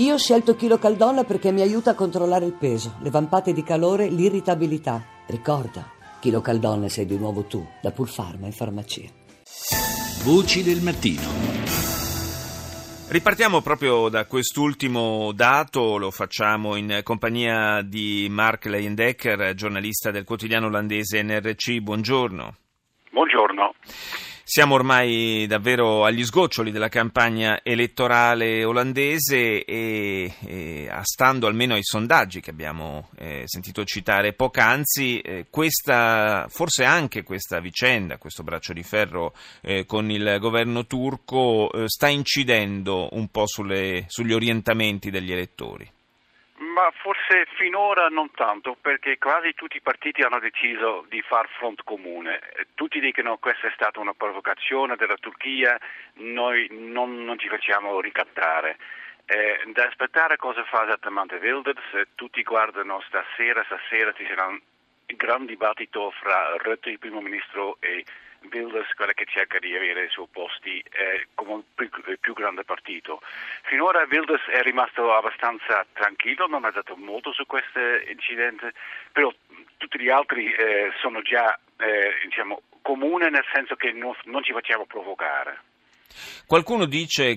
Io ho scelto Chilo Caldonna perché mi aiuta a controllare il peso, le vampate di calore, l'irritabilità. Ricorda, Chilo Caldonna sei di nuovo tu, da Pulpharma in farmacia. Voci del mattino. Ripartiamo proprio da quest'ultimo dato, lo facciamo in compagnia di Mark Leyendecker, giornalista del quotidiano olandese NRC. Buongiorno. Buongiorno. Siamo ormai davvero agli sgoccioli della campagna elettorale olandese e stando almeno ai sondaggi che abbiamo sentito citare poc'anzi, forse anche questa vicenda, questo braccio di ferro con il governo turco sta incidendo un po' sugli orientamenti degli elettori. Ma forse finora non tanto, perché quasi tutti i partiti hanno deciso di far front comune. Tutti dicono che questa è stata una provocazione della Turchia, noi non ci facciamo ricattare. Da aspettare cosa fa esattamente Wilders, tutti guardano stasera ci sarà un gran dibattito fra Rutte, il primo ministro, e Wilders, quella che cerca di avere i suoi posti come il più grande partito. Finora Wilders è rimasto abbastanza tranquillo, non ha detto molto su questo incidente, però tutti gli altri sono già comune, nel senso che non ci facciamo provocare. Qualcuno dice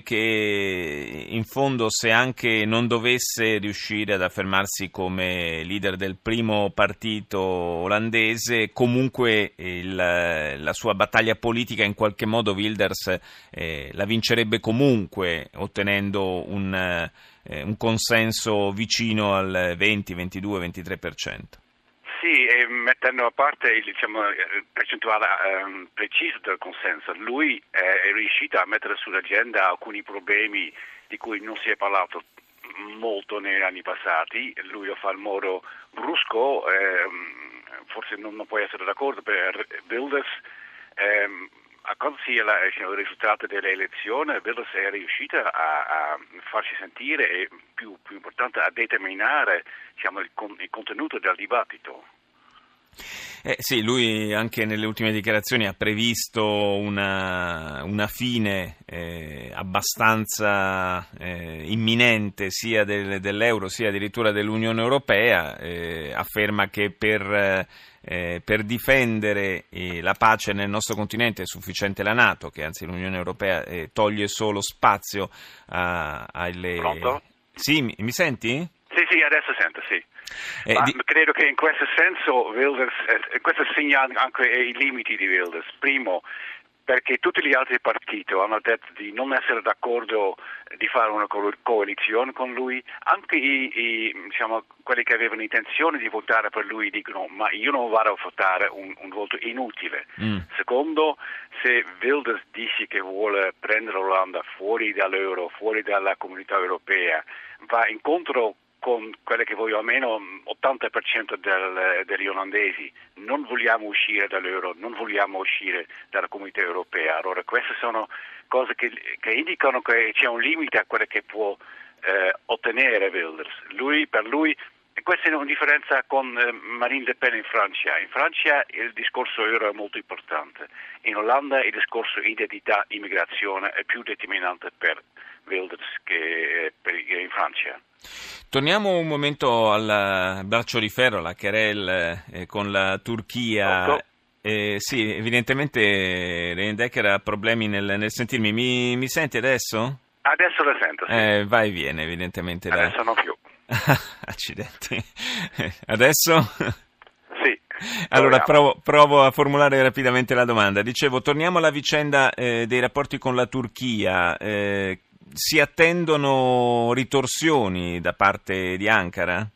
che in fondo, se anche non dovesse riuscire ad affermarsi come leader del primo partito olandese, comunque la sua battaglia politica in qualche modo Wilders la vincerebbe comunque, ottenendo un consenso vicino al 20, 22, 23%. Sì, mettendo a parte il percentuale preciso del consenso, lui è riuscito a mettere sull'agenda alcuni problemi di cui non si è parlato molto negli anni passati. Lui lo fa in modo brusco, forse non puoi essere d'accordo, per Wilders quando sia il risultato delle elezioni, Wilders è riuscito a farsi sentire e più importante a determinare il contenuto del dibattito. Sì, lui anche nelle ultime dichiarazioni ha previsto una fine abbastanza imminente sia dell'euro sia addirittura dell'Unione Europea. Afferma che per difendere la pace nel nostro continente è sufficiente la NATO, che anzi l'Unione Europea toglie solo spazio alle... Pronto? Sì, mi senti? Sì, adesso sento, sì. Ma credo che in questo senso Wilders, questo segnala anche i limiti di Wilders. Primo, perché tutti gli altri partiti hanno detto di non essere d'accordo di fare una coalizione con lui, anche quelli che avevano intenzione di votare per lui dicono ma io non vado a votare un voto inutile. Secondo, se Wilders dice che vuole prendere l'Olanda fuori dall'euro, fuori dalla comunità europea, va incontro con quelle che vogliono almeno 80% degli olandesi. Non vogliamo uscire dall'euro, non vogliamo uscire dalla comunità europea. Allora queste sono cose che indicano che c'è un limite a quello che può ottenere Wilders. Per lui, e questa è una differenza con Marine Le Pen in Francia. In Francia il discorso euro è molto importante. In Olanda il discorso identità, immigrazione è più determinante per Wilders che in Francia. Torniamo un momento al braccio di ferro, alla querelle con la Turchia. Sì, evidentemente Leyendecker ha problemi nel sentirmi. Mi senti adesso? Adesso la sento, sì. Va e viene, evidentemente. Adesso non più. Accidenti. Adesso? Sì. Allora provo a formulare rapidamente la domanda. Dicevo, torniamo alla vicenda dei rapporti con la Turchia. Si attendono ritorsioni da parte di Ankara?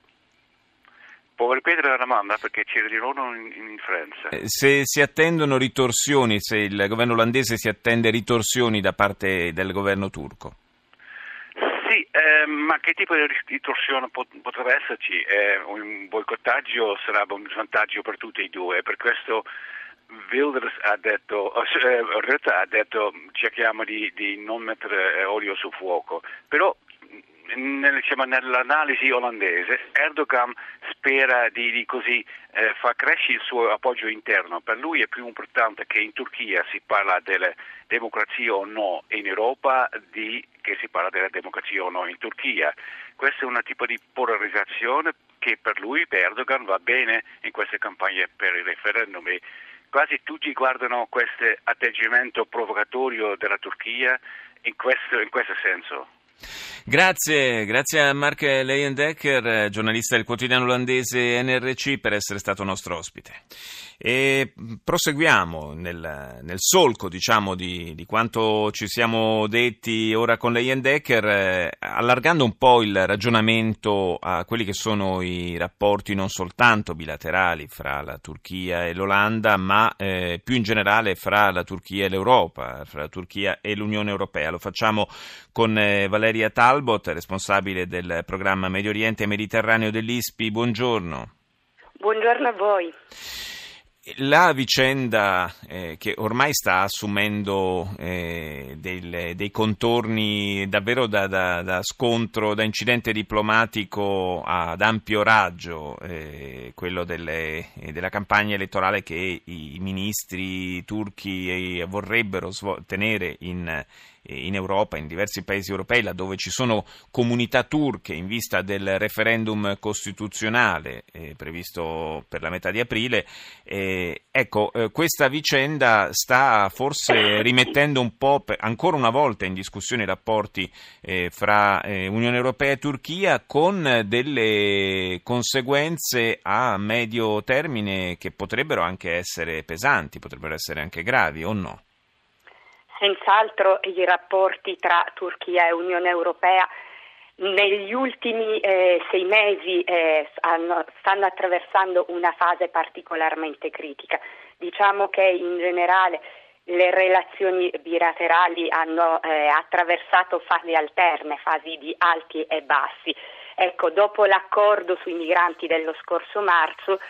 Può ripetere la domanda perché c'era di loro in differenza. Se si attendono ritorsioni, se il governo olandese si attende ritorsioni da parte del governo turco? Sì, ma che tipo di ritorsione potrebbe esserci? Un boicottaggio sarebbe un svantaggio per tutti e due, per questo Wilders Rutte ha detto cerchiamo di non mettere olio sul fuoco, però nell'analisi olandese Erdogan spera di così far crescere il suo appoggio interno. Per lui è più importante che in Turchia si parla della democrazia o no in Europa che si parla della democrazia o no in Turchia. Questo è un tipo di polarizzazione che per lui, per Erdogan, va bene in queste campagne per il referendum, e quasi tutti guardano questo atteggiamento provocatorio della Turchia in questo senso. Grazie a Mark Leyendecker, giornalista del quotidiano olandese NRC, per essere stato nostro ospite. E proseguiamo nel solco, diciamo, di quanto ci siamo detti ora con Leyendecker, allargando un po' il ragionamento a quelli che sono i rapporti non soltanto bilaterali fra la Turchia e l'Olanda, ma più in generale fra la Turchia e l'Europa, fra la Turchia e l'Unione Europea. Lo facciamo con Valeria Talbot, responsabile del programma Medio Oriente e Mediterraneo dell'ISPI. Buongiorno. Buongiorno a voi. La vicenda che ormai sta assumendo dei contorni davvero da scontro, da incidente diplomatico ad ampio raggio, quello della campagna elettorale che i ministri turchi vorrebbero tenere in Europa, in diversi paesi europei, laddove ci sono comunità turche in vista del referendum costituzionale previsto per la metà di aprile. Questa vicenda sta forse rimettendo un po' ancora una volta in discussione i rapporti fra Unione Europea e Turchia, con delle conseguenze a medio termine che potrebbero anche essere pesanti, potrebbero essere anche gravi, o no? Senz'altro i rapporti tra Turchia e Unione Europea negli ultimi 6 mesi stanno attraversando una fase particolarmente critica. Diciamo che in generale le relazioni bilaterali hanno attraversato fasi alterne, fasi di alti e bassi. Ecco, dopo l'accordo sui migranti dello scorso marzo,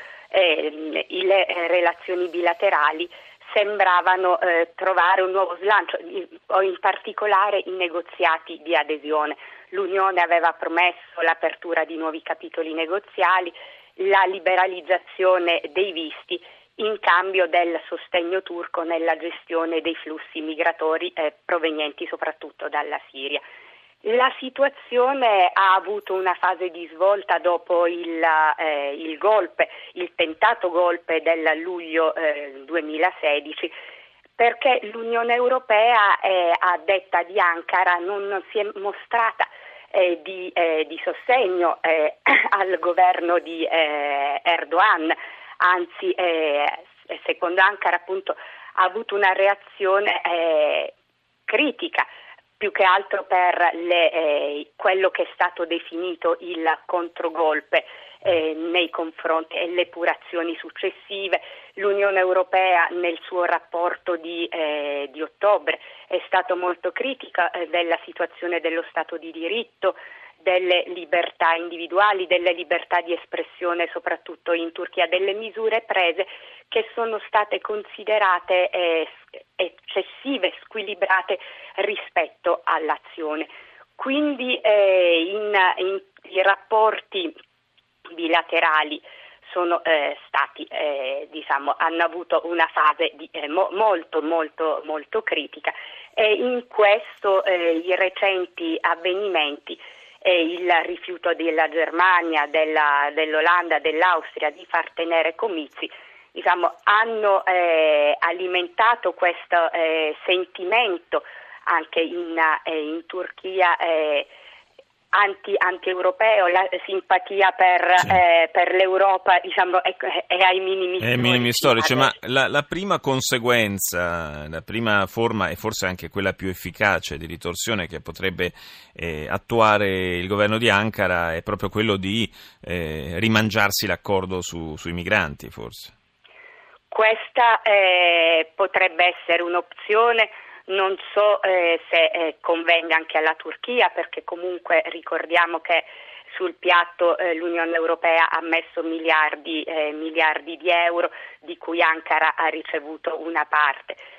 le relazioni bilaterali sembravano trovare un nuovo slancio, in particolare i negoziati di adesione. L'Unione aveva promesso l'apertura di nuovi capitoli negoziali, la liberalizzazione dei visti in cambio del sostegno turco nella gestione dei flussi migratori provenienti soprattutto dalla Siria. La situazione ha avuto una fase di svolta dopo il tentato golpe del luglio 2016, perché l'Unione Europea, a detta di Ankara, non si è mostrata di sostegno al governo di Erdogan, anzi secondo Ankara appunto ha avuto una reazione critica, più che altro per quello che è stato definito il controgolpe nei confronti e le epurazioni successive. L'Unione Europea nel suo rapporto di ottobre è stato molto critica della situazione dello Stato di diritto, delle libertà individuali, delle libertà di espressione soprattutto in Turchia, delle misure prese che sono state considerate eccessive, squilibrate rispetto all'azione. Quindi i rapporti bilaterali sono stati, hanno avuto una fase molto critica, e in questo i recenti avvenimenti il rifiuto della Germania, dell'Olanda, dell'Austria di far tenere comizi, hanno alimentato questo sentimento anche in Turchia anti-europeo, la simpatia per l'Europa è ai minimi storici. Ma la prima conseguenza, la prima forma e forse anche quella più efficace di ritorsione che potrebbe attuare il governo di Ankara è proprio quello di rimangiarsi l'accordo sui migranti, forse. Questa potrebbe essere un'opzione. Non so se convenga anche alla Turchia, perché comunque ricordiamo che sul piatto l'Unione Europea ha messo miliardi di euro, di cui Ankara ha ricevuto una parte.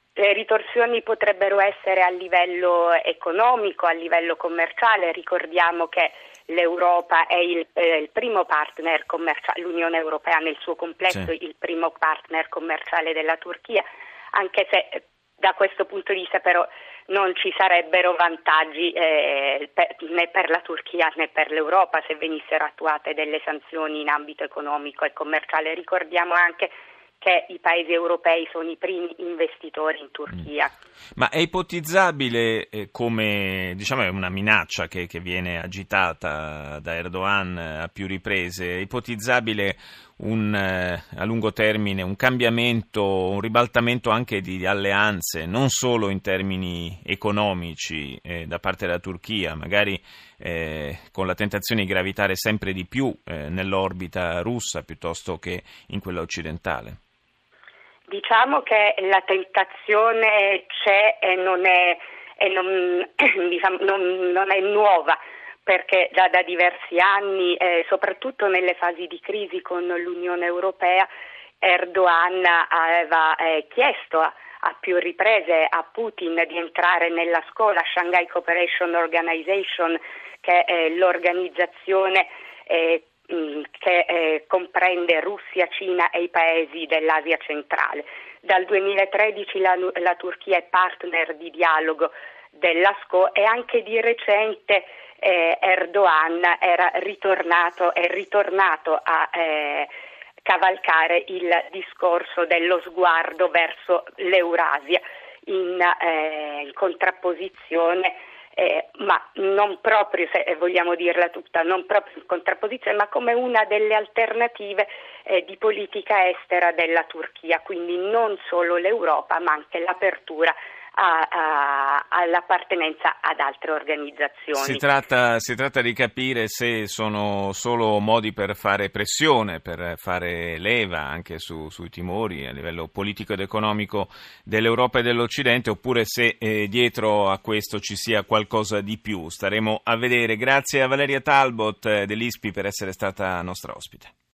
Le ritorsioni potrebbero essere a livello economico, a livello commerciale. Ricordiamo che l'Europa è il primo partner commerciale, l'Unione Europea nel suo complesso sì. il primo partner commerciale della Turchia, anche se da questo punto di vista però non ci sarebbero vantaggi né per la Turchia né per l'Europa se venissero attuate delle sanzioni in ambito economico e commerciale. Ricordiamo anche che i paesi europei sono i primi investitori in Turchia. Ma è ipotizzabile, come diciamo è una minaccia che viene agitata da Erdogan a più riprese, è ipotizzabile a lungo termine un cambiamento, un ribaltamento anche di alleanze, non solo in termini economici da parte della Turchia, magari con la tentazione di gravitare sempre di più nell'orbita russa piuttosto che in quella occidentale? Diciamo che la tentazione c'è e non è nuova, perché già da diversi anni, soprattutto nelle fasi di crisi con l'Unione Europea, Erdogan aveva chiesto a più riprese a Putin di entrare nella SCO, Shanghai Cooperation Organization, che è l'organizzazione che comprende Russia, Cina e i paesi dell'Asia centrale. Dal 2013 la Turchia è partner di dialogo della SCO e anche di recente Erdogan è ritornato a cavalcare il discorso dello sguardo verso l'Eurasia in contrapposizione, ma non proprio, se vogliamo dirla tutta, non proprio in contrapposizione, ma come una delle alternative di politica estera della Turchia, quindi non solo l'Europa, ma anche l'apertura all'appartenenza ad altre organizzazioni. Si tratta di capire se sono solo modi per fare pressione, per fare leva anche sui timori a livello politico ed economico dell'Europa e dell'Occidente, oppure se dietro a questo ci sia qualcosa di più. Staremo a vedere. Grazie a Valeria Talbot dell'ISPI per essere stata nostra ospite.